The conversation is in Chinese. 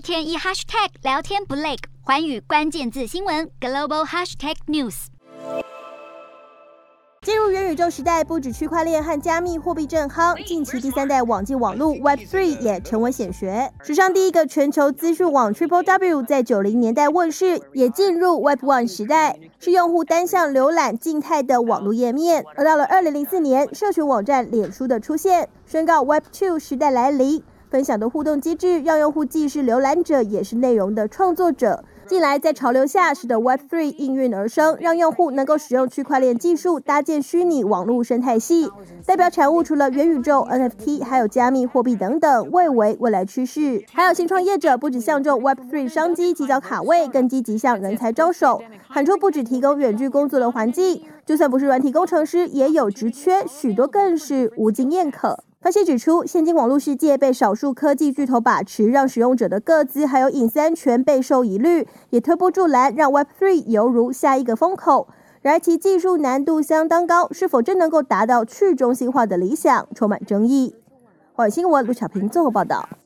天一 hashtag 聊天不累，寰宇关键字新闻 global hashtag news。 进入元宇宙时代，不止区块链和加密货币正夯，近期第三代网际网络 Web3 也成为显学。史上第一个全球资讯网 TripleW 在90年代问世，也进入 Web1 时代，是用户单向浏览静态的网络页面。而到了2004年，社群网站脸书的出现，宣告 Web2 时代来临。分享的互动机制让用户既是浏览者，也是内容的创作者。近来在潮流下，使得 Web3 应运而生，让用户能够使用区块链技术搭建虚拟网络生态系。代表产物除了元宇宙、NFT， 还有加密货币等等，蔚为未来趋势。还有新创业者不只相中 Web3 商机，及早卡位，更积极向人才招手，喊出不只提供远距工作的环境，就算不是软体工程师，也有职缺，许多更是无经验可。分析指出，现今网络世界被少数科技巨头把持，让使用者的个资还有隐私安全备受疑虑，也推波助澜，让 Web3 犹如下一个风口。然而其技术难度相当高，是否真能够达到去中心化的理想，充满争议。华语新闻卢巧平综合报道。